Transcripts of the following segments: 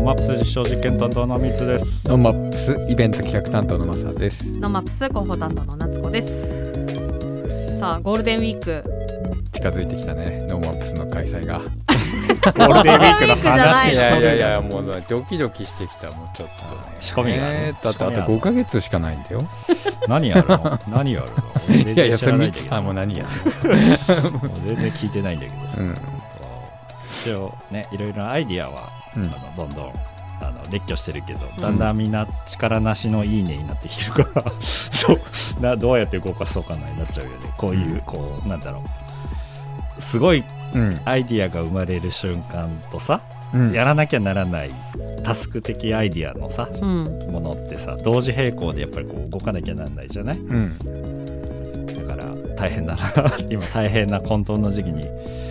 マップス実証実験担当のみつです。 ノーマップスイベント企画担当のマサです。 ノーマップス広報担当の夏子です。さあゴールデンウィーク近づいてきたね。ノーマップスの開催がゴールデンウィークの話しとる。 いやもうドキドキしてきた。もうちょっと仕込みが、ね、 だってあと5ヶ月しかないんだよ。 何やるの何やるのいやそれミツさんも何やるのもう全然聞いてないんだけどさ、一応ねいろいろなアイディアは、どんどん列挙してるけど、だんだんみんな力なしのいいねになってきてるからどうやって動かそうかなになっちゃうよね。こういうこうなんだろう、すごいアイディアが生まれる瞬間とさ、やらなきゃならないタスク的アイディアのさ、ものってさ同時並行でやっぱりこう動かなきゃならないじゃない、だから大変だな今大変な混沌の時期に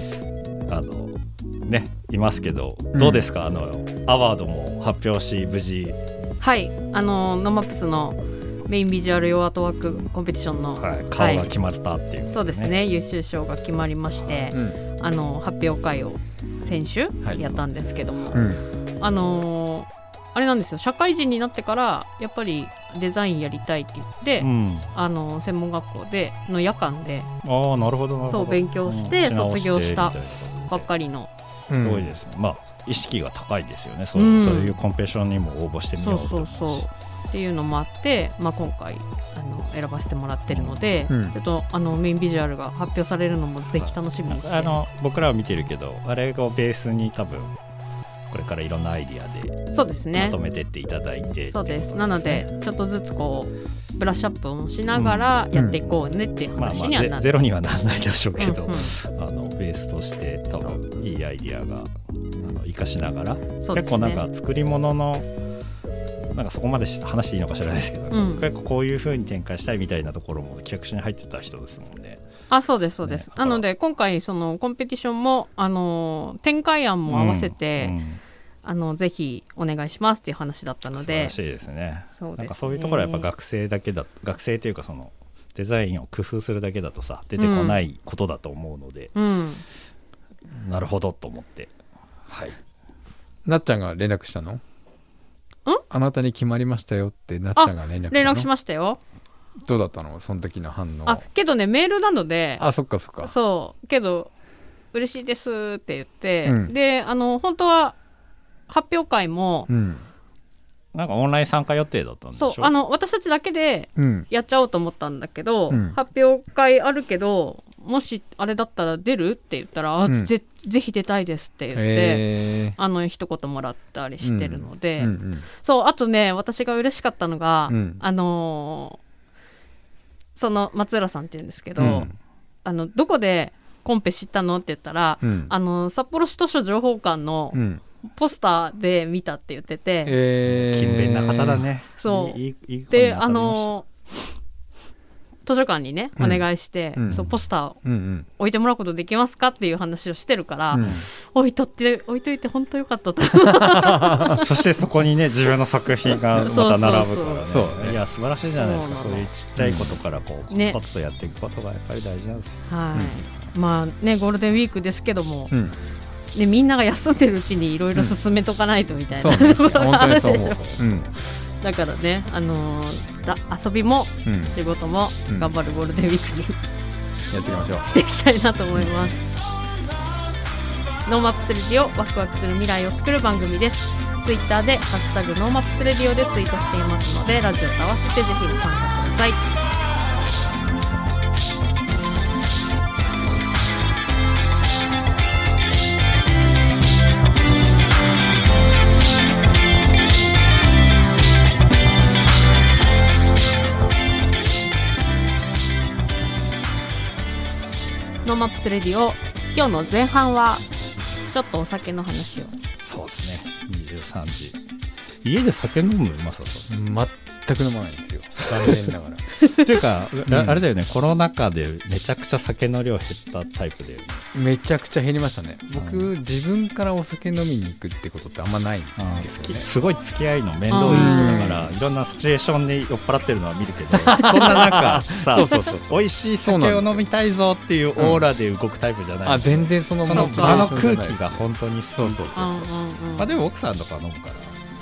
ねいますけど、どうですか、アワードも発表し無事。 はい、ノーマップスのメインビジュアル用アートワークコンペティションの、 顔が決まったっていう、 そうですね、優秀賞が決まりまして、発表会を先週やったんですけども、あれなんですよ、社会人になってからやっぱりデザインやりたいって言って、専門学校での夜間でなるほどそう勉強して卒業したばっかりの、 すごいですね。まあ意識が高いですよね。そういうコンペティションにも応募してみようと思うし、そうっていうのもあって、今回選ばせてもらってるので、ちょっとメインビジュアルが発表されるのもぜひ楽しみにして、 僕らは見てるけど、あれをベースに多分これからいろんなアイディアでそうですね、 まとめてっていただいて、 そうです。なのでちょっとずつこうブラッシュアップをしながらやっていこうねっていう話にはなる、 ゼロにはならないでしょうけど、ベースとして多分いいアイディアが活かしながら、結構なんか作り物のなんかそこまで話していいのか知らないですけど、結構こういう風に展開したいみたいなところも企画書に入ってた人ですもんね。 そうですそうです、なので今回そのコンペティションも展開案も合わせて、ぜひお願いしますっていう話だったので、 素晴らしいですね。 そうですね、 なんかそういうところはやっぱ学生というかそのデザインを工夫するだけだとさ出てこないことだと思うので、なるほどと思って、 なっちゃんが連絡したの？あなたに決まりましたよってなっちゃんが連絡したの？ 連絡しましたよ。 どうだったのその時の反応？ けどねメールなので、 そっかそうけど嬉しいですって言って、で本当は発表会も、 なんかオンライン参加予定だったんでしょ？ そう私たちだけでやっちゃおうと思ったんだけど、発表会あるけどもしあれだったら出るって言ったら、ぜひ出たいですって言って、一言もらったりしてるので、そうあとね私が嬉しかったのが、その松浦さんって言うんですけど、どこでコンペ知ったのって言ったら、札幌市図書情報館のポスターで見たって言ってて、 勤勉な方だね。 そういいで図書館にねお願いして、そうポスターを置いてもらうことできますかっていう話をしてるから、置いといて本当よかったとそしてそこにね自分の作品がまた並ぶからね、いや素晴らしいじゃないですか。そういうちっちゃいことからこうコツコツとやっていくことがやっぱり大事なんです。 まあねゴールデンウィークですけども、みんなが休んでるうちにいろいろ進めとかないとみたいな、ところがあるでしょ。だからね、遊びも仕事も頑張るゴールデンウィークにやっていきましょう。 していきたいなと思います。ノーマップスレディオ、ワクワクする未来を作る番組です。ツイッターでハッシュタグノーマップスレディオでツイートしていますので、ラジオと合わせてぜひご参加ください。ノーマップスレディオ、今日の前半はちょっとお酒の話を。 そうですね、23時家で酒飲むマサさん？ 全く飲まないんですよ、残念ながらっていうか、あれだよね、コロナ禍でめちゃくちゃ酒の量減ったタイプで。 めちゃくちゃ減りましたね。僕、自分からお酒飲みに行くってことってあんまないんですよね。 すごい付き合いの面倒い人だから、いろんなシチュエーションで酔っ払ってるのは見るけど、そんな中さ美味しい酒を飲みたいぞっていうオーラで動くタイプじゃない。 全然その場の空気が本当にそう。でも奥さんとか飲むから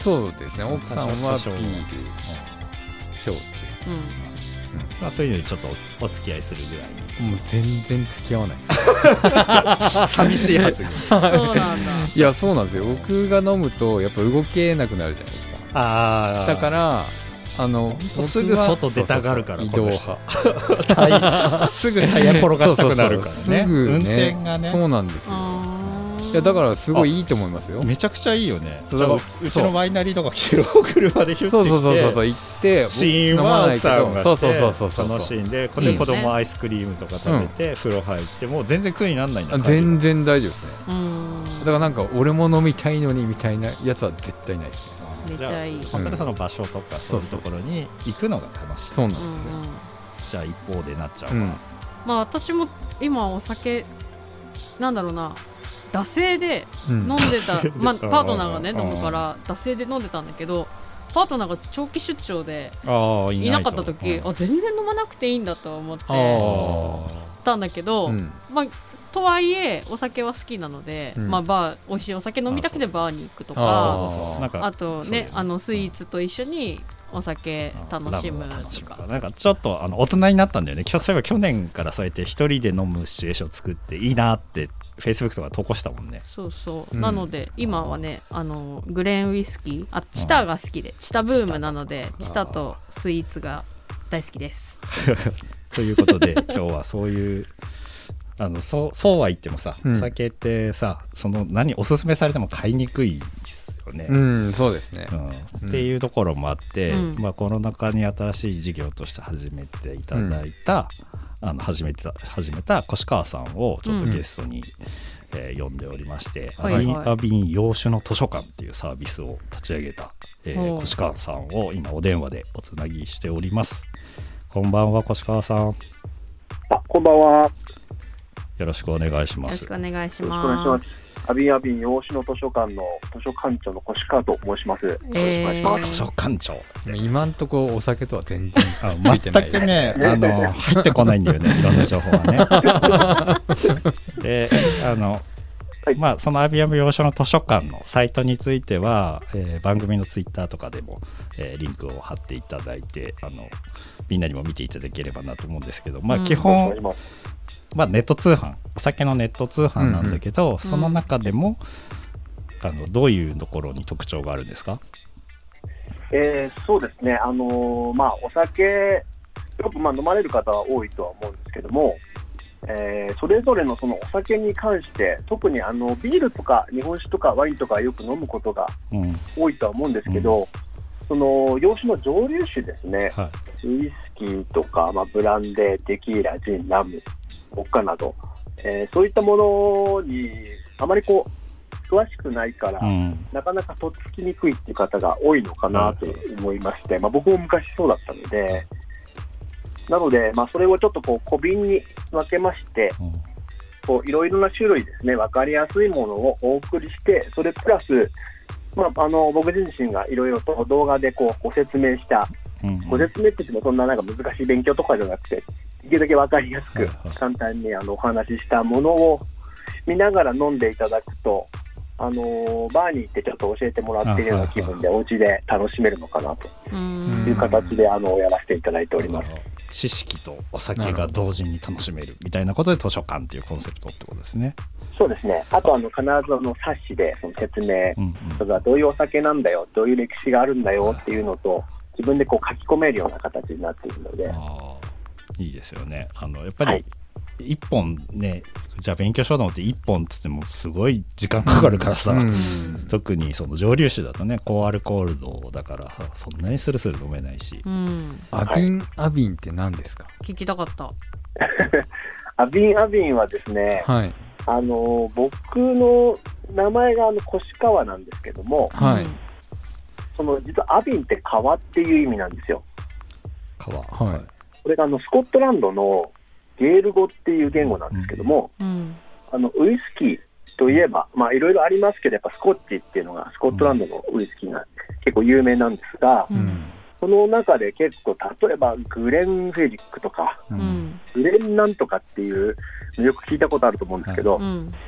そうですね、奥さんはビール、焼酎、 まあ、そういうのにちょっとお付き合いするぐらい。 もう全然付き合わない寂しいはず。 そうなんだ。 いや、そうなんですよ。僕が飲むとやっぱ動けなくなるじゃないですか。だからすぐ外出たがるから、 移動派すぐタイヤ転がしたくなるからね。 すぐね、 運転がね。 そうなんですよ。いやだからすごいいいと思いますよ。 めちゃくちゃいいよね。だからうちのワイナリーとか来てる車でヒュッて来て、 そう行ってシーンは奥さんがしてそのシーンでこれ子供アイスクリームとか食べて風呂入っても全然苦にならないんだ。 全然大丈夫ですね。だからなんか俺も飲みたいのにみたいなやつは絶対ないですね。 めっちゃいい。 本当にその場所とかそういうところに行くのが楽しい。 そうなんですね。 じゃあ一方でなっちゃうわ。 まあ私も今お酒なんだろうな、惰性で飲んでた、まあ、パートナーがね飲むから惰性で飲んでたんだけど、パートナーが長期出張でいなかった時、全然飲まなくていいんだと思ってたんだけど、まあとはいえお酒は好きなので、まあ美味しいお酒飲みたくてバーに行くとか、あとねスイーツと一緒にお酒楽しむとか、 なんかちょっと大人になったんだよね。そういえば去年からそうやって一人で飲むシチュエーションを作っていいなってフェイスブックとか投稿したもんね。 そうそう、なので今はねグレーンウイスキーチタが好きで、チタブームなのでチタとスイーツが大好きですということで今日はそういうそうは言ってもさ、お酒ってさおすすめされても買いにくいですよね。 そうですね、 っていうところもあって、まあ、コロナ禍に新しい事業として始めていただいた、始めた越川さんをちょっとゲストに、呼んでおりまして、アビン洋酒の図書館っていうサービスを立ち上げた、越川さんを今お電話でおつなぎしております。こんばんは、越川さん。 こんばんは。 よろしくお願いします。 よろしくお願いします。 アビン洋酒の図書館の図書館長の越川と申します。 図書館長。 今んとこお酒とは全然全くね入ってこないんだよね、いろんな情報はね。でまあ、そのアビ洋書の図書館のサイトについては、番組のツイッターとかでも、リンクを貼っていただいてみんなにも見ていただければなと思うんですけど、まあ、基本、まあ、ネット通販、お酒のネット通販なんだけど、その中でもどういうところに特徴があるんですか？ そうですね、まあ、お酒よく飲まれる方は多いとは思うんですけども、それぞれのそのお酒に関して特にビールとか日本酒とかワインとかよく飲むことが多いとは思うんですけど、その洋酒の蒸留酒ですね、ウイスキーとか、ブランデー、テキーラ、ジン、ラム、ボッカなど、そういったものにあまり詳しくないから、なかなかとっつきにくいっていう方が多いのかなと思いまして、僕も昔そうだったので、なので、それをちょっと小瓶に分けまして、いろいろな種類ですね、分かりやすいものをお送りして、それプラス、僕自身がいろいろと動画でご説明した、ご説明って言ってもそんな難しい勉強とかじゃなくて、できるだけ分かりやすく簡単にお話ししたものを見ながら飲んでいただくと、バーに行ってちょっと教えてもらっているような気分でお家で楽しめるのかなという形でやらせていただいております。 知識とお酒が同時に楽しめるみたいなことで図書館っていうコンセプトってことですね。 そうですね。あと必ず冊子でその説明、それはどういうお酒なんだよ、どういう歴史があるんだよっていうのと自分で書き込めるような形になっているので。 いいですよね。やっぱり一本ね、じゃあ勉強しようと思って一本って言ってもすごい時間かかるからさ、特にその蒸留酒だとね、高アルコール度だからそんなにスルスル飲めないし。 アビンって何ですか？ 聞きたかった。 アビンはですね、僕の名前が越川なんですけども、その実はアビンって川っていう意味なんですよ。 川。 これがスコットランドのゲール語っていう言語なんですけども、ウイスキーといえば、いろいろありますけど、やっぱスコッチっていうのがスコットランドのウイスキーが結構有名なんですが、その中で結構例えばグレンフェリックとか、グレンなんとかっていうよく聞いたことあると思うんですけど、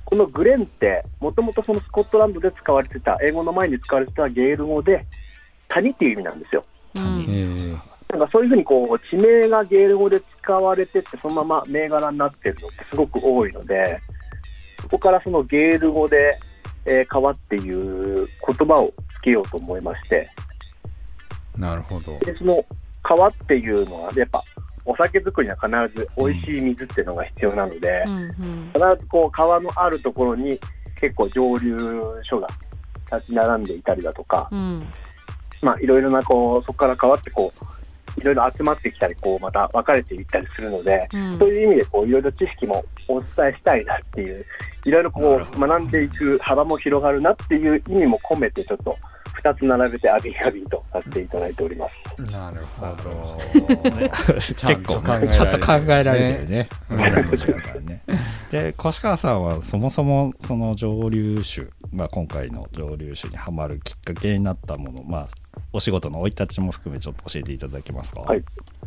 このグレンってもともとそのスコットランドで使われてた、英語の前に使われてたゲール語で谷っていう意味なんですよ。なんかそういうふうにこう地名がゲール語で使われてってそのまま銘柄になってるのってすごく多いので、そこからそのゲール語で、川っていう言葉をつけようと思いまして。 なるほど。 でその川っていうのはやっぱお酒作りには必ず美味しい水っていうのが必要なので、必ずこう川のあるところに結構蒸留所が立ち並んでいたりだとか、まあいろいろなこうそこから川ってこういろいろ集まってきたりこうまた分かれていったりするので、そういう意味でこういろいろ知識もお伝えしたいなっていう、いろいろこう学んでいく幅も広がるなっていう意味も込めてちょっと2つ並べてアビーとさせていただいております。 なるほど。 結構ちゃんと考えられてるね。で、越川さんはそもそもその蒸留酒、まあ、今回の蒸留酒にハマるきっかけになったもの、まあ、お仕事の生い立ちも含めちょっと教えていただけますか。 はい。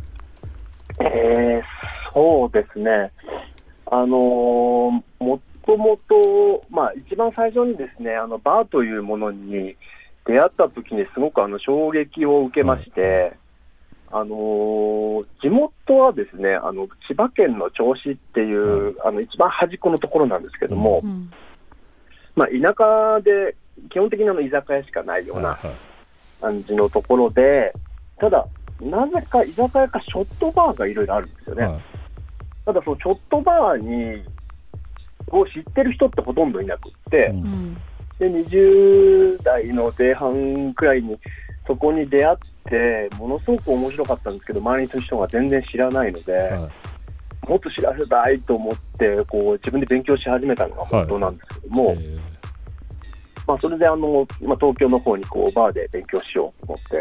そうですね。もともと、まあ、一番最初にですね、バーというものに出会った時にすごく衝撃を受けまして、地元はですね、千葉県の銚子っていう、一番端っこのところなんですけども、まあ、田舎で基本的に居酒屋しかないような感じのところで、ただなぜか居酒屋かショットバーがいろいろあるんですよね。ただそのショットバーを知ってる人ってほとんどいなくって、で20代の前半くらいにそこに出会ってものすごく面白かったんですけど、周りの人が全然知らないので、もっと知らせたいと思ってこう自分で勉強し始めたのが本当なんですけども、まあ、それで東京の方にこうバーで勉強しようと思って、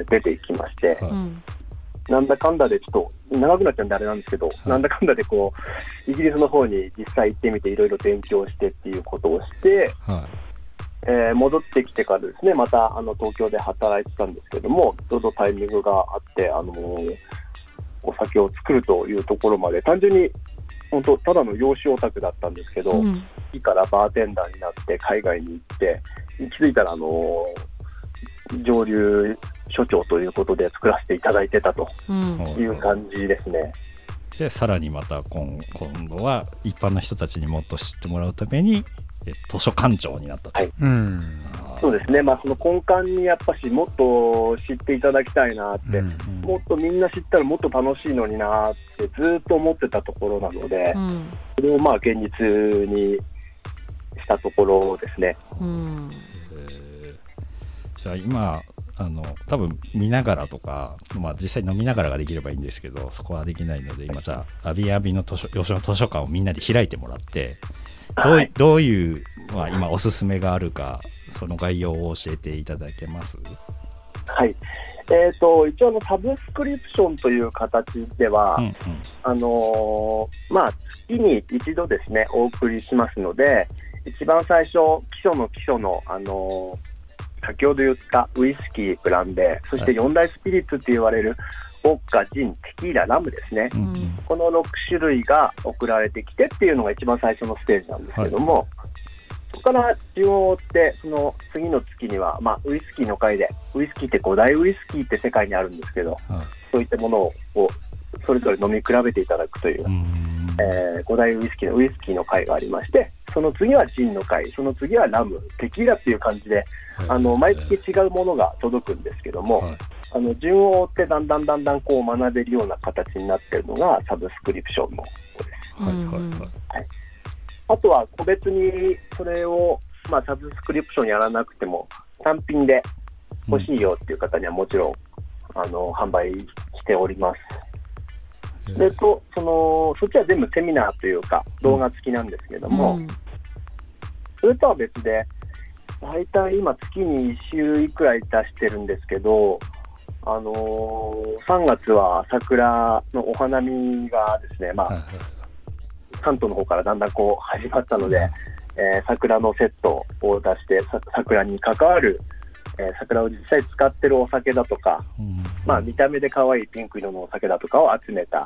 出ていきまして、なんだかんだでちょっと長くなっちゃうんであれなんですけど、なんだかんだでこうイギリスの方に実際行ってみていろいろ勉強してっていうことをして、戻ってきてからですね、また東京で働いてたんですけども、ちょうどタイミングがあってお酒を作るというところまで、単純に本当ただの洋酒オタクだったんですけど、次からバーテンダーになって海外に行って気づいたら蒸留所長ということで作らせていただいてたという感じですね。 でさらにまた今度は一般の人たちにもっと知ってもらうために図書館長になったと。 そうですね、まあ、その根幹にやっぱしもっと知っていただきたいなって、もっとみんな知ったらもっと楽しいのになってずっと思ってたところなので、それをまあ現実にしたところですね。 じゃあ今多分見ながらとか、まあ、実際飲みながらができればいいんですけど、そこはできないので、今じゃあアビアビの洋酒の図書館をみんなで開いてもらって、どういう、まあ、今おすすめがあるか、その概要を教えていただけます？ はい、一応サブスクリプションという形では、まあ、月に一度ですねお送りしますので、一番最初基礎の先ほど言ったウイスキー、ブランデー、そして4大スピリッツって言われるウォッカ、ジン、テキーラ、ラムですね、この6種類が送られてきてっていうのが一番最初のステージなんですけども、そこから順を追ってその次の月には、まあ、ウイスキーの回で、ウイスキーって5大ウイスキーって世界にあるんですけど、そういったものをそれぞれ飲み比べていただくという、5大ウイスキーの回がありまして、その次はジンの回、その次はラム、テキーラっていう感じで毎月違うものが届くんですけども、順を追ってだんだんこう学べるような形になっているのがサブスクリプションの方です。あとは個別にそれを、まあ、サブスクリプションやらなくても単品で欲しいよっていう方にはもちろん販売しております。でそっちは全部セミナーというか動画付きなんですけども、それとは別で大体今月に1週いくらい出してるんですけど、3月は桜のお花見がですね、まあ関東の方からだんだんこう始まったので、桜のセットを出して桜に関わる、桜を実際使ってるお酒だとか、まあ、見た目で可愛いピンク色のお酒だとかを集めた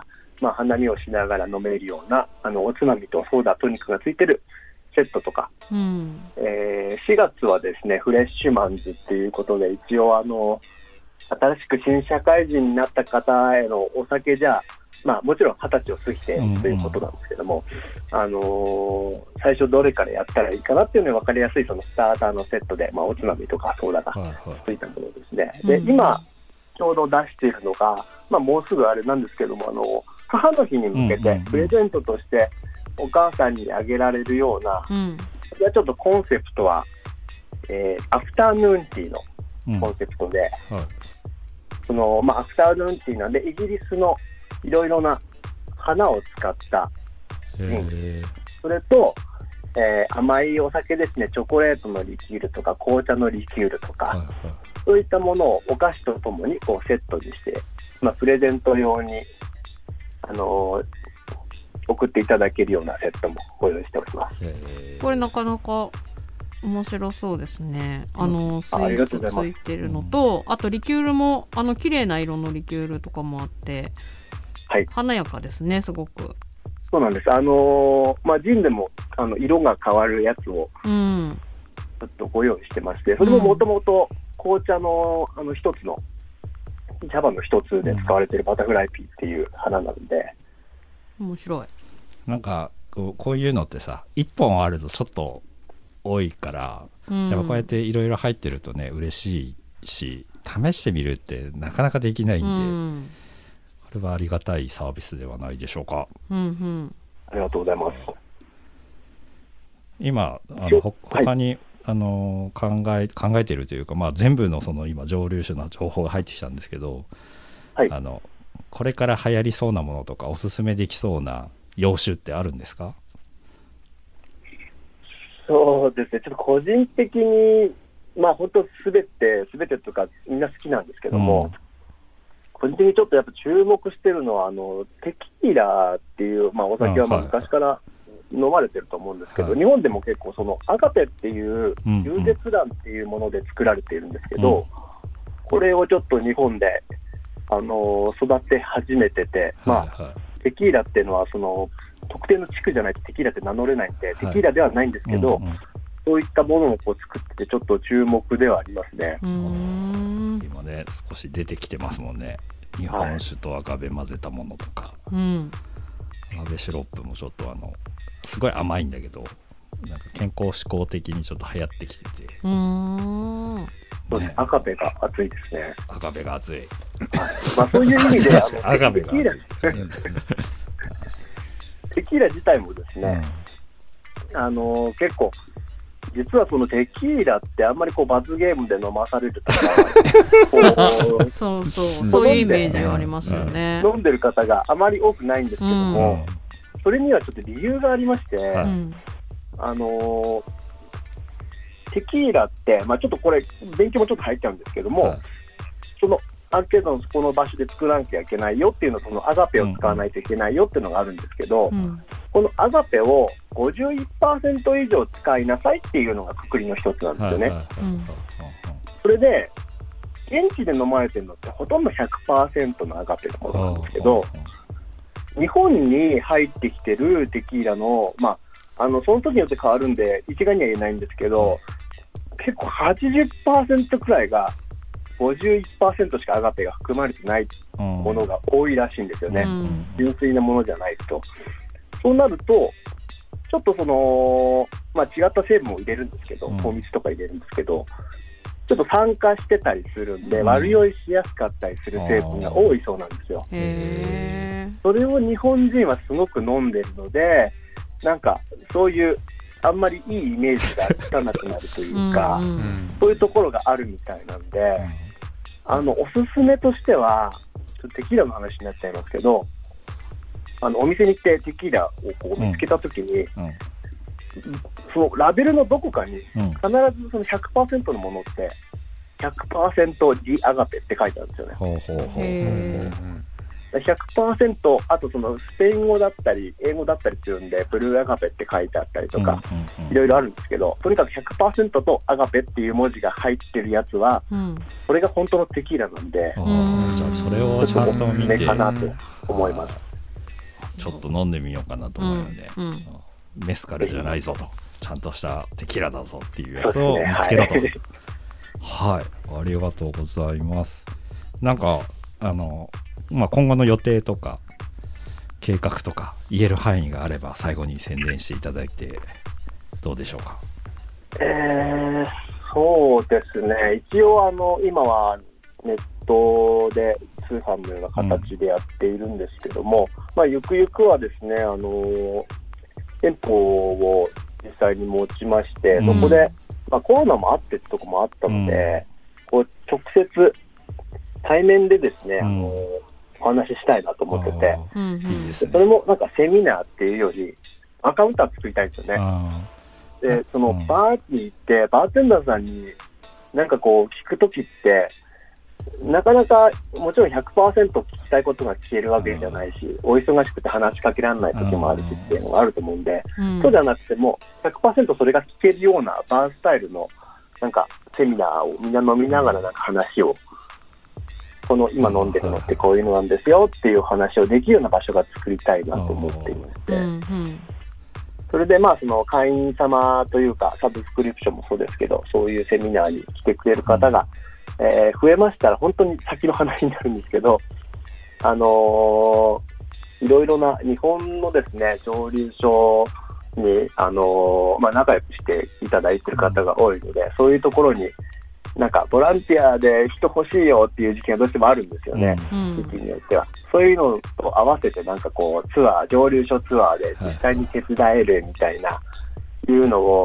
花見をしながら飲めるようなおつまみとソーダトニックがついてるセットとか、4月はですねフレッシュマンズっていうことで、一応新しく新社会人になった方へのお酒じゃもちろん20歳を過ぎてということなんですけども、最初どれからやったらいいかなっていうのが分かりやすいそのスターターのセットで、おつまみとかソーダがついたものですね。で今ちょうど出しているのが、もうすぐあれなんですけども、母の日に向けてプレゼントとしてお母さんにあげられるような、ちょっとコンセプトは、アフタヌーンティーのコンセプトで、そのアフタヌーンティーなんでイギリスのいろいろな花を使ったそれと、甘いお酒ですね、チョコレートのリキュールとか紅茶のリキュールとか、そういったものをお菓子とともにこうセットにして、プレゼント用に、送っていただけるようなセットもご用意しております。 これなかなか面白そうですね。スイーツついてるのと、あとリキュールも綺麗な色のリキュールとかもあって、華やかですね、すごく。 そうなんです。ジンでも色が変わるやつをちょっとご用意してまして、それももともと紅茶の一つの茶葉の一つで使われているバタフライピーっていう花なので、 面白い。 なんかこういうのってさ、1本あるとちょっと多いから、やっぱこうやっていろいろ入ってるとね嬉しいし、試してみるってなかなかできないんで、これはありがたいサービスではないでしょうか。 ありがとうございます。 今他に、考えてるというか、全部のその今蒸留酒の情報が入ってきたんですけど、これから流行りそうなものとかおすすめできそうな洋酒ってあるんですか？ そうですね、ちょっと個人的に本当すべてとかみんな好きなんですけども、個人的にちょっとやっぱ注目してるのはテキーラっていう、お酒は昔から飲まれてると思うんですけど、日本でも結構そのアガペっていうリ絶蘭っていうもので作られているんですけど、これをちょっと日本で育て始めてて、テキーラっていうのはその特定の地区じゃないとテキーラって名乗れないんで、テキーラではないんですけど、そういったものをこう作っててちょっと注目ではありますね。 今ね少し出てきてますもんね。日本酒とアガベ混ぜたものとか、アガベシロップもちょっとすごい甘いんだけど、なんか健康志向的にちょっと流行ってきてて、 そうです、アガベが熱いですね。 アガベが熱い、 そういう意味でアガベが熱いテキーラ自体もですね、結構実はそのテキーラってあんまりこう罰ゲームで飲まされるとかそういうイメージがありますよね。 飲んでる方があまり多くないんですけども、それにはちょっと理由がありまして、テキーラって、ちょっとこれ勉強もちょっと入っちゃうんですけども、そのある程度のこの場所で作らなきゃいけないよっていうのと、そのアガペを使わないといけないよっていうのがあるんですけど、このアガペを 51% 以上使いなさいっていうのがくくりの一つなんですよね。それで現地で飲まれてるのってほとんど 100% のアガペのものなんですけど、日本に入ってきてるテキーラの、その時によって変わるんで一概には言えないんですけど、結構 80% くらいが51% しかアガペが含まれてないものが多いらしいんですよね。純粋なものじゃないと。そうなるとちょっとその、違った成分を入れるんですけど、糖蜜とか入れるんですけど、ちょっと酸化してたりするんで、悪酔いしやすかったりする成分が多いそうなんですよ。それを日本人はすごく飲んでるので、なんかそういうあんまりいいイメージがつかなくなるというか、そういうところがあるみたいなんで、おすすめとしてはちょっとテキーラの話になっちゃいますけど、お店に行ってテキーラをこう見つけたときに、そのラベルのどこかに必ずその 100% のものって 100% ディアガペって書いてあるんですよね。100% あとそのスペイン語だったり英語だったりするんでブルーアガペって書いてあったりとか、いろいろあるんですけど、とにかく 100% とアガペっていう文字が入ってるやつは、それが本当のテキーラなんで、 じゃあそれをちゃんと見てかなと思います。 ちょっと飲んでみようかなと思うので、メスカルじゃないぞと、ちゃんとしたテキーラだぞっていうやつを見つけろと。はい、ありがとうございます。なんか今後の予定とか計画とか言える範囲があれば最後に宣伝していただいてどうでしょうか。 そうですね、一応今はネットで通販のような形でやっているんですけども、ゆくゆくはですね、店舗を実際に持ちまして、そこで、コロナもあってってとこもあったので、こう直接対面でですね、お話ししたいなと思ってて、それもなんかセミナーっていうよりアカウンター作りたいんですよね。でそのバーに行ってバーテンダーさんになんかこう聞くときってなかなかもちろん 100% 聞きたいことが聞けるわけじゃないし、お忙しくて話しかけられない時もあるしっていうのがあると思うんで、そうじゃなくても 100% それが聞けるようなバースタイルのなんかセミナーをみんな飲みながらなんか話を、この今飲んでるのってこういうのなんですよっていう話をできるような場所が作りたいなと思っていまして、それでその会員様というかサブスクリプションもそうですけど、そういうセミナーに来てくれる方が、増えましたら本当に先の話になるんですけど、いろいろな日本のですね蒸留所に仲良くしていただいている方が多いので、そういうところになんかボランティアで人欲しいよっていう時期がどうしてもあるんですよね、時期によっては。そういうのと合わせてなんかこう蒸留所ツアーで実際に手伝えるみたいな、いうのを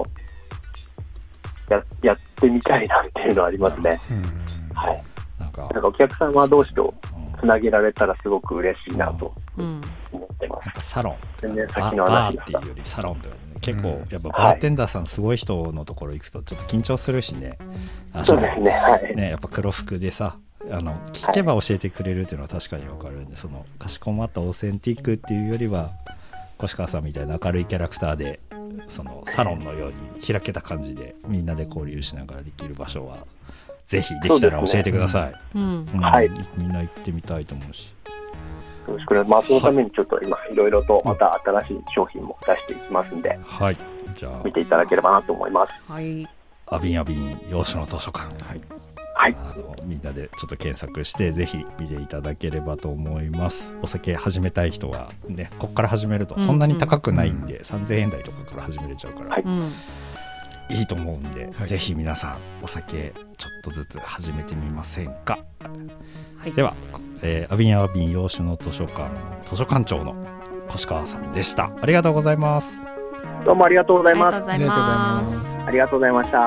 やってみたいなっていうのはありますね。はい。なんかお客様同士とつなげられたらすごく嬉しいなと思ってます。 なんかサロン、 全然先の話バーっていうよりサロンとかね、結構やっぱバーテンダーさんすごい人のところ行くとちょっと緊張するしね。 そうですね。はい。 ね、やっぱ黒服でさ、聞けば教えてくれるっていうのは確かに分かるんで、そのかしこまったオーセンティックっていうよりは越川さんみたいな明るいキャラクターでそのサロンのように開けた感じでみんなで交流しながらできる場所はぜひできたら教えてください。はい、みんな行ってみたいと思うし。 よろしくお願いします。そのためにちょっと今いろいろとまた新しい商品も出していきますんで、 はい、じゃあ見ていただければなと思います。 はい。 アビン洋酒の図書館、はい、みんなでちょっと検索してぜひ見ていただければと思います。お酒始めたい人はね、ここから始めるとそんなに高くないんで、3000円台とかから始めれちゃうから、いいと思うんで、ぜひ皆さんお酒ちょっとずつ始めてみませんか。では、アビン洋酒の図書館長の越川さんでした。ありがとうございます。 どうもありがとうございます。 ありがとうございます。 ありがとうございました。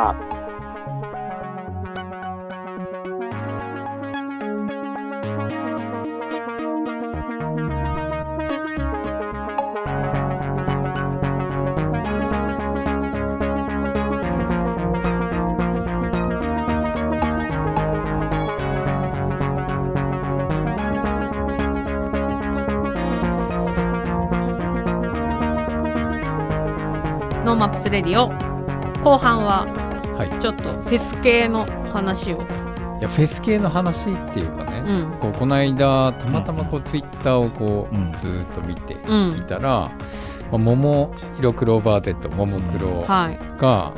ノーマップスレディオ後半はちょっとフェス系の話を、 いやフェス系の話っていうかね、この間たまたまツイッターをずっと見ていたら、ももいろクローバー Z ももクロが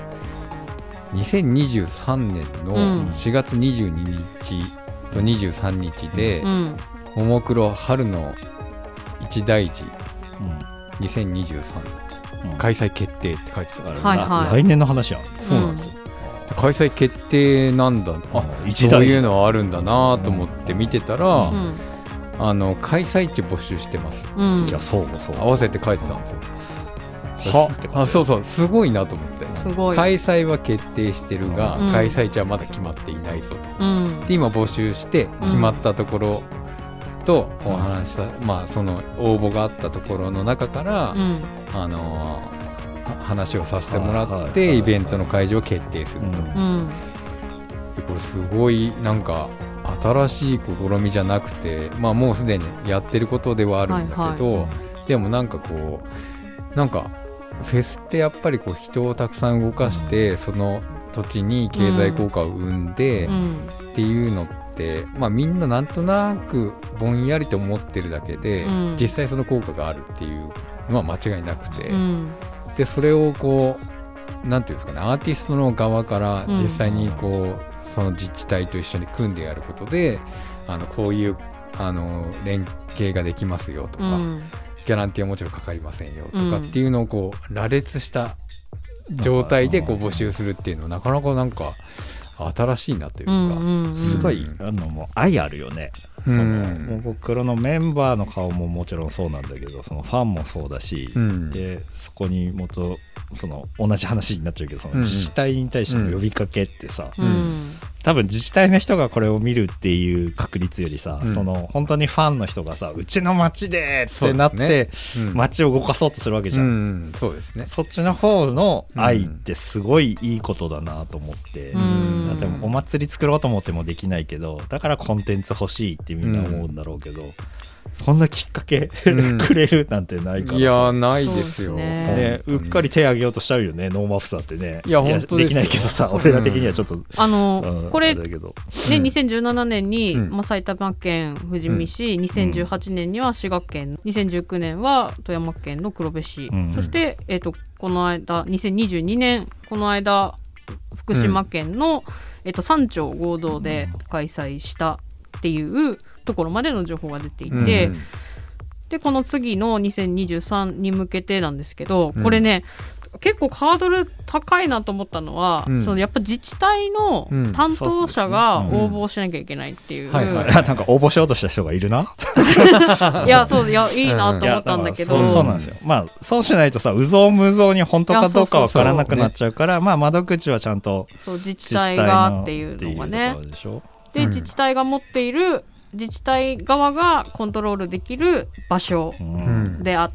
2023年の4月22日と23日で、ももクロ春の一大事、2023開催決定って書いてた。 来年の話や。 そうなんですよ。開催決定なんだ、そういうのはあるんだなと思って見てたら、開催地募集してます。 じゃあそう合わせて書いてたんですよ。そうすごいなと思って。開催は決定してるが、開催地はまだ決まっていないぞと。で今募集して決まったところとお話した、その応募があったところの中から、話をさせてもらってイベントの会場を決定すると。でこれすごいなんか新しい試みじゃなくて、もうすでにやってることではあるんだけど、でもなんかフェスってやっぱり人をたくさん動かして、その土地に経済効果を生んで、っていうのっ 、みんななんとなくぼんやりと思ってるだけで、実際その効果があるっていうのは間違いなくて、でそれをこうなんていうんですかね、アーティストの側から実際にこう、その自治体と一緒に組んでやることでこういう連携ができますよとか、ギャランティーはもちろんかかりませんよとかっていうのをこう羅列した状態でこう募集するっていうのはなかなかなんか新しいなというか、 すごいもう愛あるよね。ももクロのメンバーの顔ももちろんそうなんだけど、そのファンもそうだし、でそこにその同じ話になっちゃうけど、その自治体に対しての呼びかけってさ、多分自治体の人がこれを見るっていう確率よりさ、その本当にファンの人がさ、うちの町でってなって、町を動かそうとするわけじゃん。 そうですね。 そっちの方の愛ってすごいいいことだなと思って、でもお祭り作ろうと思ってもできないけど、だからコンテンツ欲しいってみんな思うんだろうけど、そんなきっかけくれるなんてないからさ。 いやないですよね。うっかり手挙げようとしちゃうよね、ノーマフサってね。 いや本当ですよ。 できないけどさ、俺ら的にはちょっとこれね、2017年に埼玉県富士見市、2018年には滋賀県、2019年は富山県の黒部市、そしてこの間2022年この間福島県の3町合同で開催したっていうところまでの情報が出ていて、でこの次の2023に向けてなんですけど、これね、結構ハードル高いなと思ったのは、そのやっぱ自治体の担当者が応募しなきゃいけないっていう、 なんか応募しようとした人がいるな。 いやいいなと思ったんだけど、 そうなんですよ。そうしないとさ、うぞうむぞうに本当かどうかわからなくなっちゃうから、窓口はちゃんと自治体がっていうのがね。で自治体が持っている、自治体側がコントロールできる場所であって、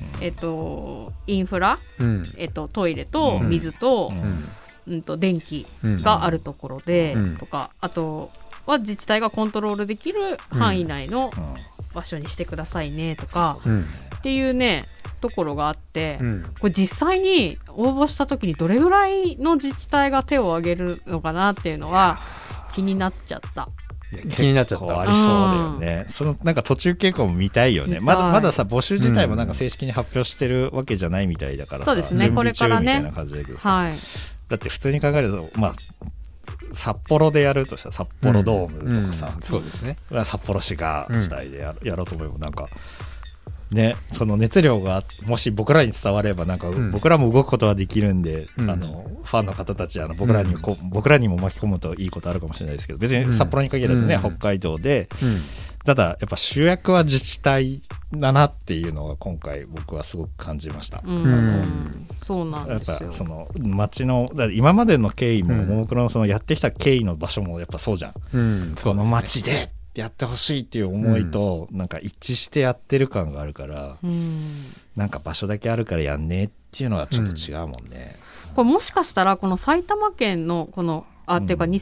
インフラ、トイレと水と、電気があるところで、とか、あとは自治体がコントロールできる範囲内の場所にしてくださいねとか、っていうねところがあって、これ実際に応募した時にどれぐらいの自治体が手を挙げるのかなっていうのは気になっちゃった。 気になっちゃった。 ありそうだよね。そのなんか途中傾向も見たいよね。まださ、募集自体もなんか正式に発表してるわけじゃないみたいだからさ、 そうですね、これからね、 準備中みたいな感じだけどさ、だって普通に考えると、札幌でやるとしたら札幌ドームとかさ、 そうですね、 札幌市が主体でやろうと思えばなんかね、その熱量がもし僕らに伝わればなんか僕らも動くことができるんで、ファンの方たち僕らにも巻き込むといいことあるかもしれないですけど、別に札幌に限らずね、北海道で、ただやっぱ主役は自治体だなっていうのが今回僕はすごく感じました。 そうなんですよ。 やっぱその町の今までの経緯もももクロのそのやってきた経緯の場所もやっぱそうじゃん。その町でやってほしいっていう思いとなんか一致してやってる感があるから、なんか場所だけあるからやんねっていうのはちょっと違うもんね。 これもしかしたらこの埼玉県のこのっていうか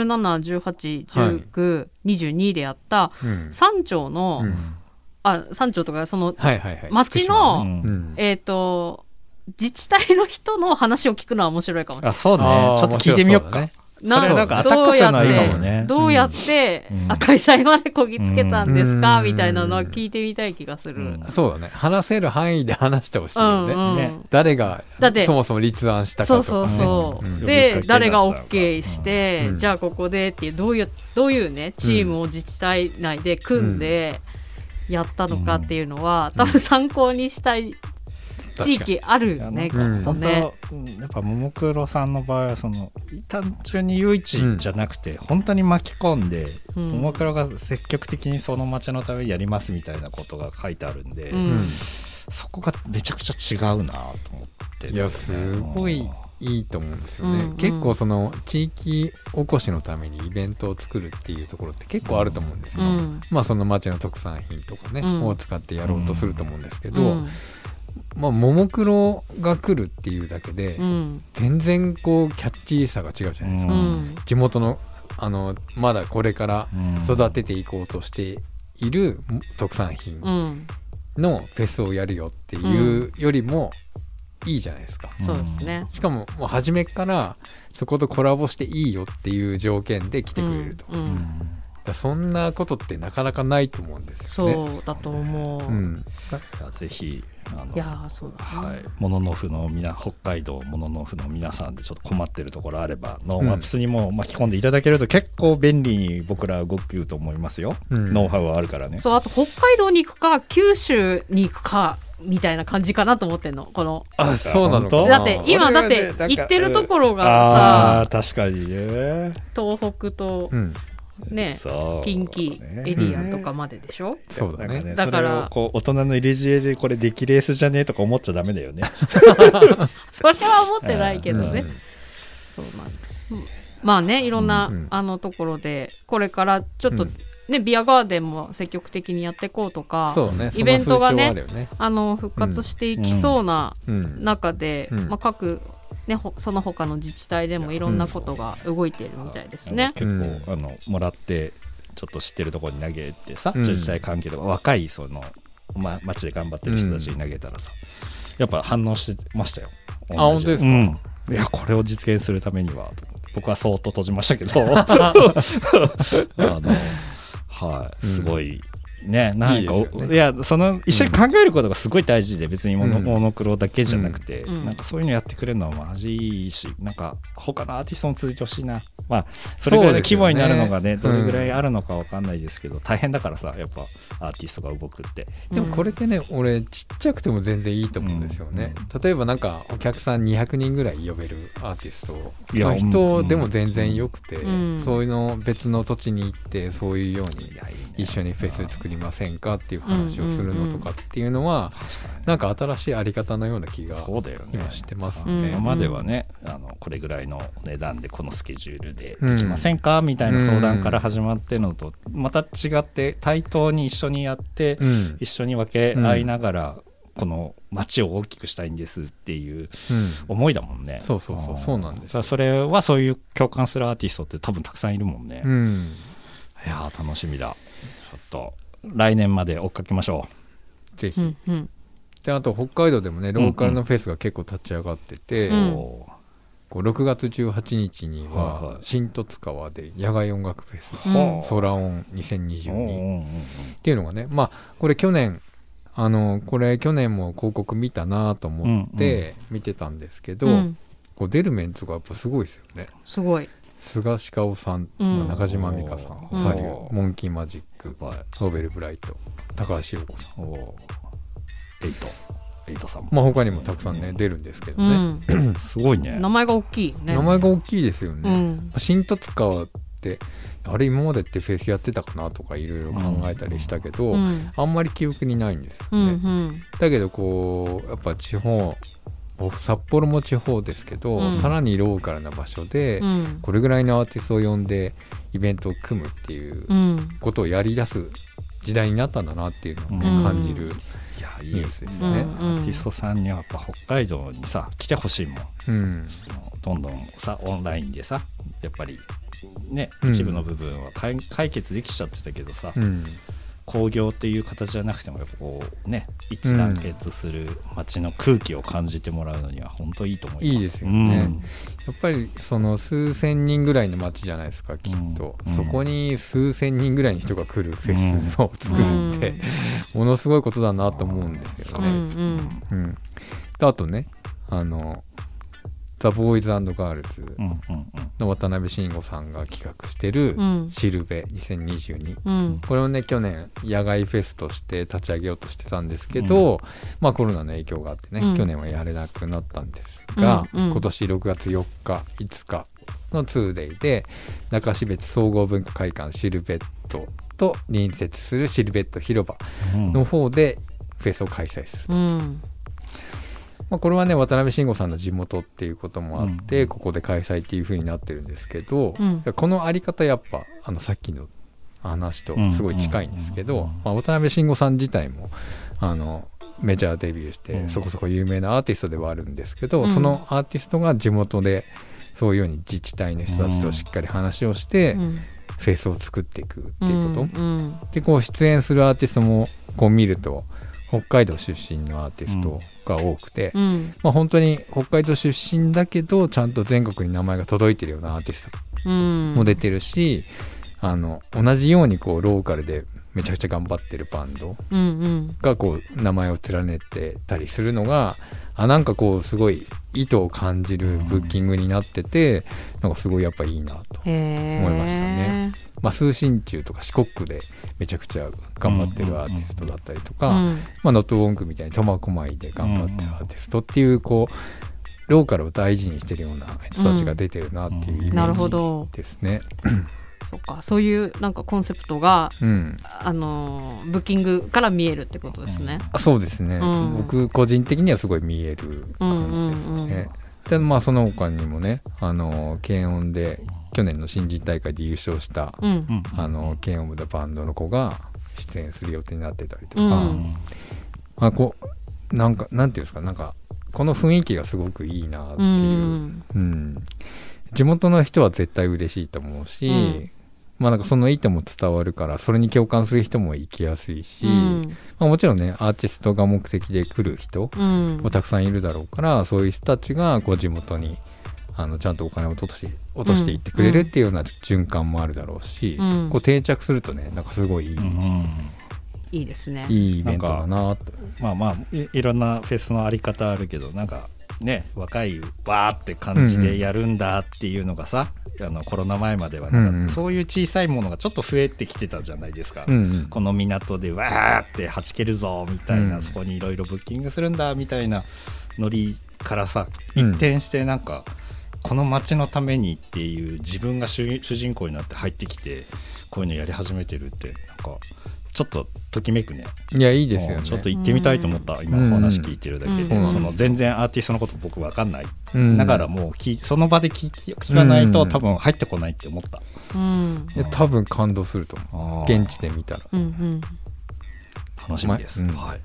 2017、18、19、22でやった3町の、3町とかその町の自治体の人の話を聞くのは面白いかもしれない。 そうね、ちょっと聞いてみようか。なんかアタックするのはいいかもね。 どうやって開催までこぎつけたんですかみたいなのは聞いてみたい気がする。 そうだね、話せる範囲で話してほしいよね。誰がそもそも立案したかとか。そうで誰が OK して、じゃあここでっていうどういうねチームを自治体内で組んでやったのかっていうのは多分参考にしたい地域あるよね、きっとね。 やっぱももクロさんの場合はその単純に誘致じゃなくて、本当に巻き込んで、ももクロが積極的にその町のためにやりますみたいなことが書いてあるんで、そこがめちゃくちゃ違うなと思って、 いやすごいいいと思うんですよね。結構その地域おこしのためにイベントを作るっていうところって結構あると思うんですよ。その町の特産品とかね、を使ってやろうとすると思うんですけど、ももクロが来るっていうだけで、全然こうキャッチーさが違うじゃないですか。地元のまだこれから育てていこうとしている特産品のフェスをやるよっていうよりもいいじゃないですか。 そうですね。 しかももう初めからそことコラボしていいよっていう条件で来てくれると。 そんなことってなかなかないと思うんですよね。 そうだと思う、 ぜひいやそうだね、 モノノフの北海道モノノフの皆さんでちょっと困ってるところあればノーマップスにも巻き込んでいただけると結構便利に僕ら動くと思いますよ、ノウハウはあるからね。 そう、あと北海道に行くか九州に行くかみたいな感じかなと思ってんの、この。 そうなのか。 だって今だって行ってるところがさ、 確かにね、 東北と、ね、近畿エリアとかまででしょ。 そうだね。 だからこう大人の入れ知恵でこれ出来レースじゃねえとか思っちゃダメだよね。 それは思ってないけどね、そうなんです。まあね、いろんな、ところでこれからちょっと、ビアガーデンも積極的にやっていこうとか、イベントがね復活していきそうな中で、各その他の自治体でもいろんなことが動いてるみたいですね。 結構もらってちょっと知ってるところに投げてさ、自治体関係とか若いその、町で頑張ってる人たちに投げたらさ、やっぱ反応してましたよ。 本当ですか。 いやこれを実現するためにはと僕はそーっと閉じましたけどすごいね、なんかいやその一緒に考えることがすごい大事で、別にモノクロだけじゃなくて、なんかそういうのやってくれるのはマジいいし、なんか他のアーティストも続いてほしいな。それぐらいの規模になるのがね、どれぐらいあるのか分かんないですけど、大変だからさ、やっぱアーティストが動くって。 でもこれってね、俺ちっちゃくても全然いいと思うんですよね。例えばなんかお客さん200人ぐらい呼べるアーティスト人でも全然よくて、そういうの別の土地に行ってそういうように一緒にフェス作りませんかっていう話をするのとかっていうのは、なんか新しいあり方のような気が今してますね。 今まではね、これぐらいの値段でこのスケジュールでできませんか、みたいな相談から始まってのとまた違って対等に一緒にやって、一緒に分け合いながら、この街を大きくしたいんですっていう思いだもんね。 そうなんです。 それはそういう共感するアーティストって多分たくさんいるもんね。いや楽しみだ。ちょっと来年まで追っかけましょう。ぜひ。であと北海道でもねローカルのフェスが結構立ち上がってて、6月18日には新十津川で野外音楽フェス、ソラオン2022っていうのがね、これ去年も広告見たなと思って見てたんですけど、こう出るメンツがやっぱすごいですよね。 すごい。 菅氏香さん、中島美嘉さん、サリュー、モンキーマジック、ノーベルブライト、高橋洋子さん、 エイトさんも、他にもたくさんね出るんですけどね、 すごいね。 名前が大きいね。 名前が大きいですよね。新十津川ってあれ今までってフェスやってたかなとかいろいろ考えたりしたけど、あんまり記憶にないんですよね。だけどこうやっぱ地方、札幌も地方ですけど、さらにローカルな場所でこれぐらいのアーティストを呼んでイベントを組むっていうことをやり出す時代になったんだなっていうのを感じるニュースですね。 アーティストさんにはやっぱ北海道にさ来てほしいもん。どんどんさオンラインでさやっぱりね、一部の部分は解決できちゃってたけどさ、興行っていう形じゃなくてもやっぱこうね一団結する街の空気を感じてもらうのには本当いいと思います。 いいですよね。やっぱりその数千人ぐらいの街じゃないですかきっと、そこに数千人ぐらいの人が来るフェスを作るって、ものすごいことだなと思うんですよね。あとねザ・ボーイズ&ガールズの渡辺慎吾さんが企画してるシルベ2022、これをね去年野外フェスとして立ち上げようとしてたんですけど、コロナの影響があってね、去年はやれなくなったんですが、今年6月4日5日の 2days で中標津総合文化会館シルベットと隣接するシルベット広場の方でフェスを開催すると。これはね渡辺慎吾さんの地元っていうこともあって、ここで開催っていう風になってるんですけど、このあり方やっぱさっきの話とすごい近いんですけど、渡辺慎吾さん自体もメジャーデビューしてそこそこ有名なアーティストではあるんですけど、そのアーティストが地元でそういうように自治体の人たちとしっかり話をして、フェスを作っていくっていうこと、でこう出演するアーティストもこう見ると北海道出身のアーティストが多くて、本当に北海道出身だけどちゃんと全国に名前が届いてるようなアーティストも出てるし、 同じようにこうローカルでめちゃくちゃ頑張ってるバンドがこう名前を連ねてたりするのがなんかこうすごい意図を感じるブッキングになってて、なんかすごいやっぱいいなと思いましたね。通信中とか四国でめちゃくちゃ頑張ってるアーティストだったりとか、ノットウォンクみたいに苫小牧で頑張ってるアーティストっていうこうローカルを大事にしてるような人たちが出てるなっていうイメージですね。 そうか、そういうなんかコンセプトが、ブッキングから見えるってことですね。 そうですね、僕個人的にはすごい見える感じですね。でその他にもね軽音で去年の新人大会で優勝した、軽音部のバンドの子が出演する予定になってたりとか、こうなんていうんですか、なんかこの雰囲気がすごくいいなっていう、地元の人は絶対嬉しいと思うし、なんかその意図も伝わるからそれに共感する人も行きやすいし、もちろんねアーティストが目的で来る人もたくさんいるだろうから、そういう人たちがこう地元にちゃんとお金を落としていってくれるっていうような循環もあるだろうし、こう定着するとねなんかすごいいいですね。 いいイベントだなと。 いろんなフェスのあり方あるけど、なんかね若いわーって感じでやるんだっていうのがさ、コロナ前まではなんかそういう小さいものがちょっと増えてきてたじゃないですか、この港でわーってはちけるぞみたいな、そこにいろいろブッキングするんだみたいなノリからさ、一転してなんかこの街のためにっていう自分が主人公になって入ってきてこういうのやり始めてるって、なんかちょっとときめくね。 いやいいですよね。 ちょっと行ってみたいと思った、今お話聞いてるだけで、その全然アーティストのこと僕分かんない、だからもうその場で聞かないと多分入ってこないって思った、 いや多分感動すると思う、現地で見たら、 楽しみです、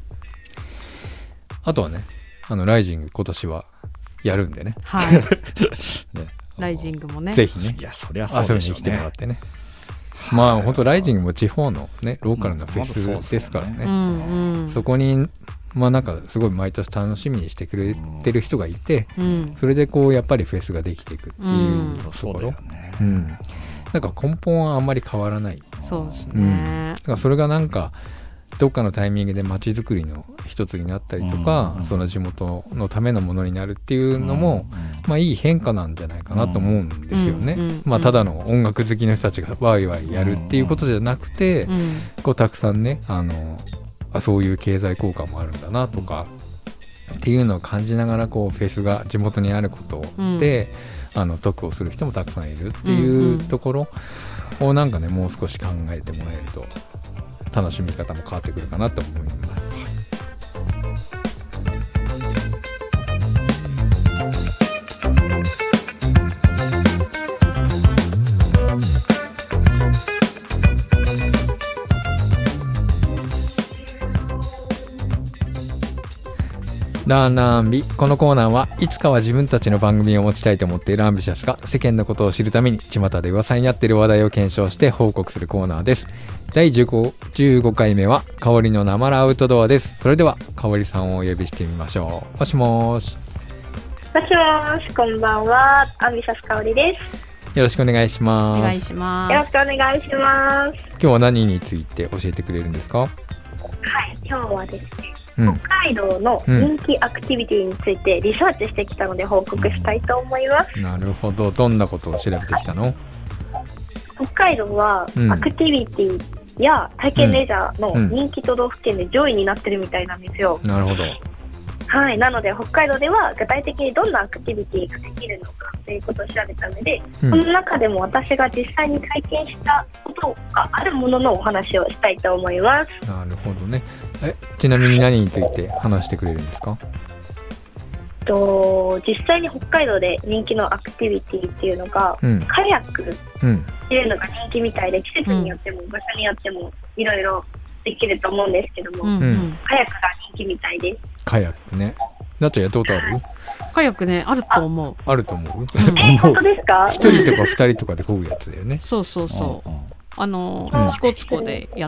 あとはねライジング今年はやるんでね、 ねライジングもねぜひね、 いやそりゃそうでしょうね、 遊びに来てもらってね。本当ライジングも地方のねローカルなフェスですからね、そこになんかすごい毎年楽しみにしてくれてる人がいて、それでこうやっぱりフェスができていくっていうところ、なんか根本はあんまり変わらない。 そうですね、 だからそれがなんかどっかのタイミングで街づくりの一つになったりとか、その地元のためのものになるっていうのも、いい変化なんじゃないかなと思うんですよね。ただの音楽好きの人たちがワイワイやるっていうことじゃなくて、こうたくさんねそういう経済効果もあるんだなとかっていうのを感じながらこうフェスが地元にあることで、得をする人もたくさんいるっていうところをなんかねもう少し考えてもらえると楽しみ方も変わってくるかなと思います。ランランビ、このコーナーはいつかは自分たちの番組を持ちたいと思っているアンビシャスが世間のことを知るために巷で噂になっている話題を検証して報告するコーナーです。第15回目は香りのなまらアウトドアです。それでは香りさんをお呼びしてみましょう。もしもし。 もしもし、こんばんは。アンビシャス香りです。 よろしくお願いします。 お願いします。 よろしくお願いします。 今日は何について教えてくれるんですか？ はい、今日はですね、北海道の人気アクティビティについてリサーチしてきたので報告したいと思います。 なるほど。どんなことを調べてきたの？ 北海道はアクティビティや体験レジャーの人気都道府県で上位になってるみたいなんですよ。 なるほど。 はい、なので北海道では具体的にどんなアクティビティができるのかということを調べたので、その中でも私が実際に体験したことがあるもののお話をしたいと思います。 なるほどね。ちなみに何について話してくれるんですか？ 実際に北海道で人気のアクティビティっていうのが、カヤックっていうのが人気みたいで、季節によっても場所によってもいろいろできると思うんですけども、カヤックが人気みたいです。 カヤックね。なっちゃんやったことある？ カヤックね、あると思う。 あると思う？ 本当ですか？ 一人とか二人とかで漕ぐやつだよね。 そうそうそう。支笏湖でやった。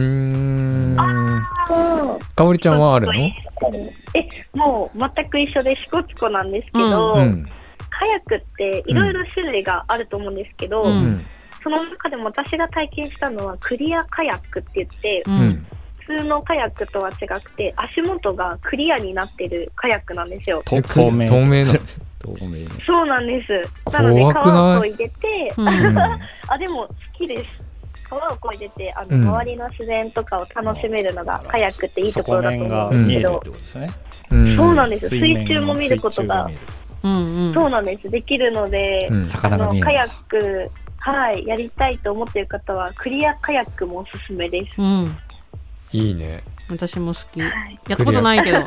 かおりちゃんはあるの？ もう全く一緒で支笏湖なんですけど、カヤックっていろいろ種類があると思うんですけど、 その中でも私が体験したのはクリアカヤックって言って、普通のカヤックとは違くて足元がクリアになってるカヤックなんですよ。 透明なそうなんです。なので川をこいでて、でも好きです。川をこいでて周りの自然とかを楽しめるのがカヤックっていいところだと思うんですけど、そうなんです。水中も見ることがそうなんです。できるので、 魚が見えるカヤックやりたいと思っている方はクリアカヤックもおすすめです。 いいね。 私も好き。やったことないけど。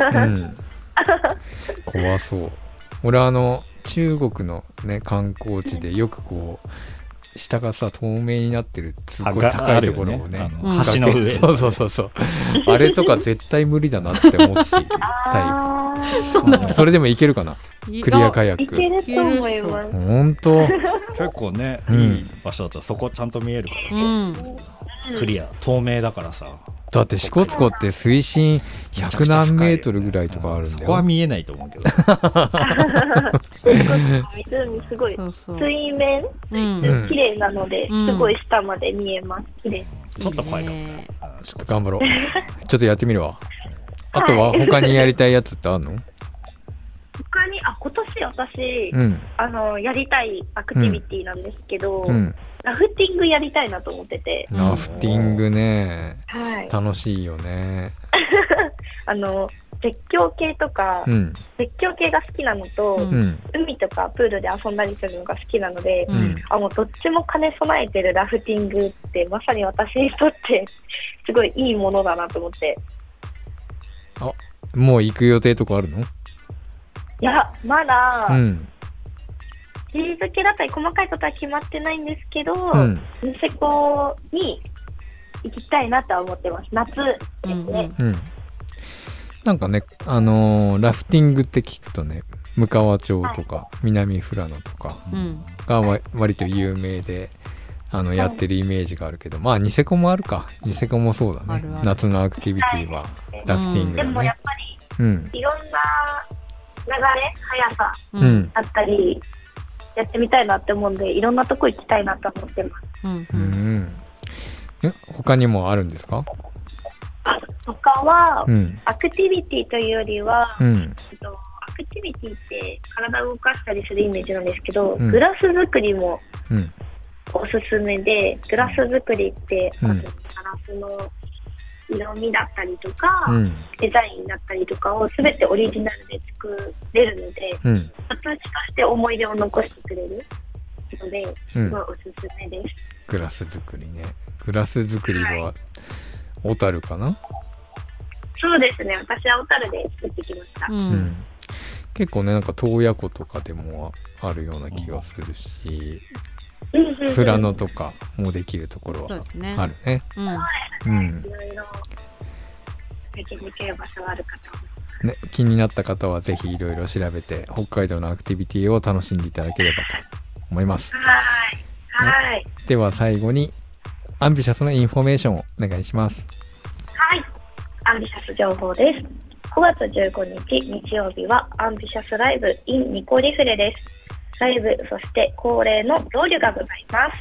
怖そう。俺中国のね観光地でよくこう下がさ透明になってるすごい高いところをね、 橋の上、 そうあれとか絶対無理だなって思っているタイプ。それでもいけるかな、クリアカヤック。 いけると思います。 本当結構ね、いい場所だったらそこちゃんと見えるからさ、クリア透明だからさ。 だって支笏湖って水深100何メートルぐらいとかあるんだよ。 そこは見えないと思うけど湖すごい水面綺麗なので、すごい下まで見えます。綺麗。 ちょっと怖いかも。 ちょっと頑張ろう。ちょっとやってみるわ。あとは他にやりたいやつってあるの？ 他に今年私、やりたいアクティビティなんですけど、ラフティングやりたいなと思ってて。 ラフティングね、楽しいよね。 絶叫系とか、絶叫系が好きなのと、海とかプールで遊んだりするのが好きなので、もうどっちも兼ね備えてるラフティングってまさに私にとってすごいいいものだなと思って。 もう行く予定とかあるの？ いや、まだ、日付だったり細かいことは決まってないんですけど、ニセコに行きたいなとは思ってます。夏ですね。 なんかね、ラフティングって聞くとね、むかわ町とか、南富良野とかが割と有名で、やってるイメージがあるけど、まあニセコもあるか。ニセコもそうだね。夏のアクティビティはラフティングだね。 でもやっぱり、いろんな流れ、速さだったり、やってみたいなって思うんで、いろんなとこ行きたいなと思ってます。 他にもあるんですか？ 他は、アクティビティというよりは、アクティビティって体を動かしたりするイメージなんですけど、グラス作りもおすすめで、グラス作りって、ガラスの色味だったりとか、デザインだったりとかを全てオリジナルで作れるので、形として思い出を残してくれるので、すごいおすすめです。 グラス作りね。グラス作りは小樽かな？ そうですね。私は小樽で作ってきました。 結構ね、なんか洞爺湖とかでもあるような気がするし、富良野とかもできるところはあるね。いろいろ体験できる場所があるかと思いますね。気になった方はぜひいろいろ調べて北海道のアクティビティを楽しんでいただければと思います。では最後にアンビシャスのインフォメーションをお願いします。 アンビシャス情報です。5月15日日曜日はアンビシャスライブ in ニコリフレです。ライブ、そして恒例のロウリュがございます。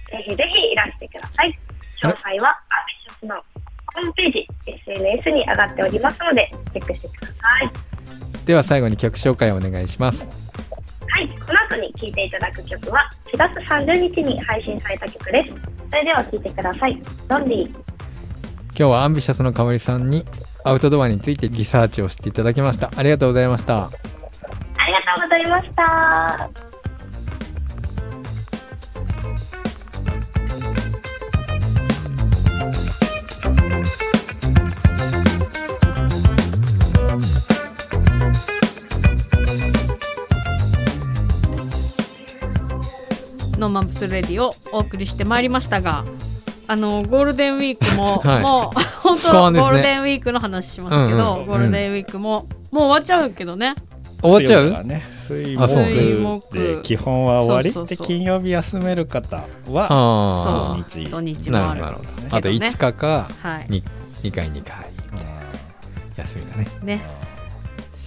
ぜひぜひいらしてください。詳細はアンビシャスのホームページ、SNS に上がっておりますのでチェックしてください。 では最後に曲紹介をお願いします。 この後に聴いていただく曲は4月30日に配信された曲です。それでは聴いてください。ロンリー。 今日はアンビシャスのかおりさんにアウトドアについてリサーチをしていただきました。ありがとうございました。 ありがとうございました。 ノーマンプスレディをお送りしてまいりましたが、ゴールデンウィークも、もう本当ゴールデンウィークの話しますけど、ゴールデンウィークももう終わっちゃうけどね。 終わっちゃう？ 水木で基本は終わりで、金曜日休める方は土日もある。 あと5日か2回休みだね。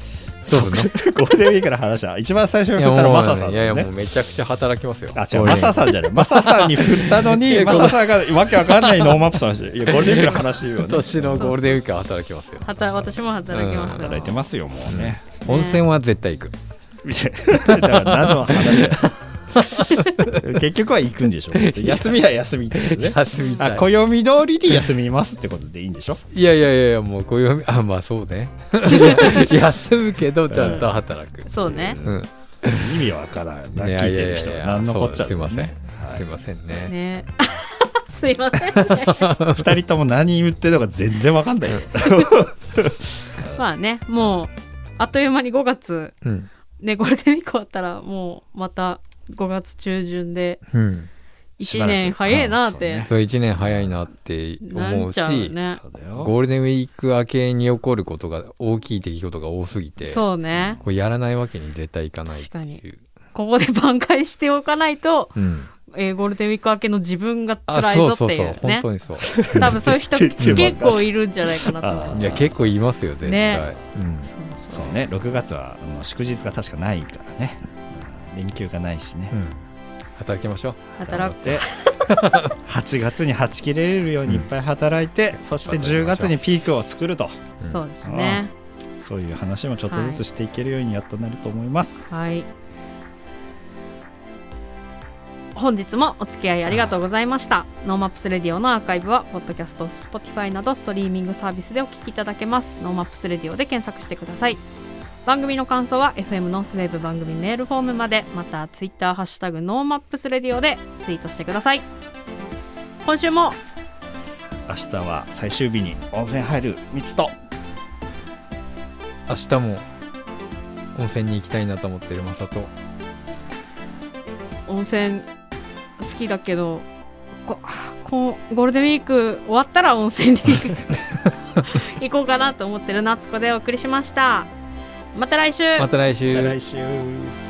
どうすんの？ ゴールデンウィークの話は一番最初に振ったらマサさんだね。 いやもうめちゃくちゃ働きますよ。 あ、違う、マサさんじゃない。マサさんに振ったのにマサさんがわけわかんないノーマップの話。いやゴールデンウィークの話よね。 今年のゴールデンウィークは働きますよ。 私も働きます。 働いてますよもうね。 温泉は絶対行く。 だから何の話だよ。結局は行くんでしょ。休みは休みってことね。 休みたい。 暦通りで休みますってことでいいんでしょ。 いやもう暦、まあそうね。休むけどちゃんと働く。 そうね。 意味わからん。聞いてる人何のこっちゃ。 すいません。すいませんね。 すいませんね。 2人とも何言ってるのか全然わかんないよ。 まあね、もうあっという間に5月、ね、ゴールデンウィーク終わったらもうまた5月中旬で1年早いなって、 1年早いなって思うし、ゴールデンウィーク明けに起こることが大きい出来事が多すぎて、 そうね、 こうやらないわけに絶対いかないっていう。 ここで挽回しておかないと、ゴールデンウィーク明けの自分が辛いぞっていうね。 本当にそう。 多分そういう人結構いるんじゃないかなと思う。 いや結構いますよ絶対。 ね、そうね、6月は祝日が確かないからね。連休がないしね。 働きましょう。 働いて 8月にはち切れるようにいっぱい働いて、そして10月にピークを作ると。 そうですね。 そういう話もちょっとずつしていけるようにやっとなると思います。 はい。本日もお付き合いありがとうございました。ノーマップスレディオのアーカイブはポッドキャスト、Spotify などストリーミングサービスでお聞きいただけます。ノーマップスレディオで検索してください。番組の感想は FM ノースウェーブ番組メールフォームまで、またツイッターハッシュタグノーマップスレディオでツイートしてください。今週も明日は最終日に温泉入るミツと、 明日も温泉に行きたいなと思ってるマサと、 温泉好きだけどゴールデンウィーク終わったら温泉に行こうかなと思ってる夏子でお送りしました。また来週。 また来週。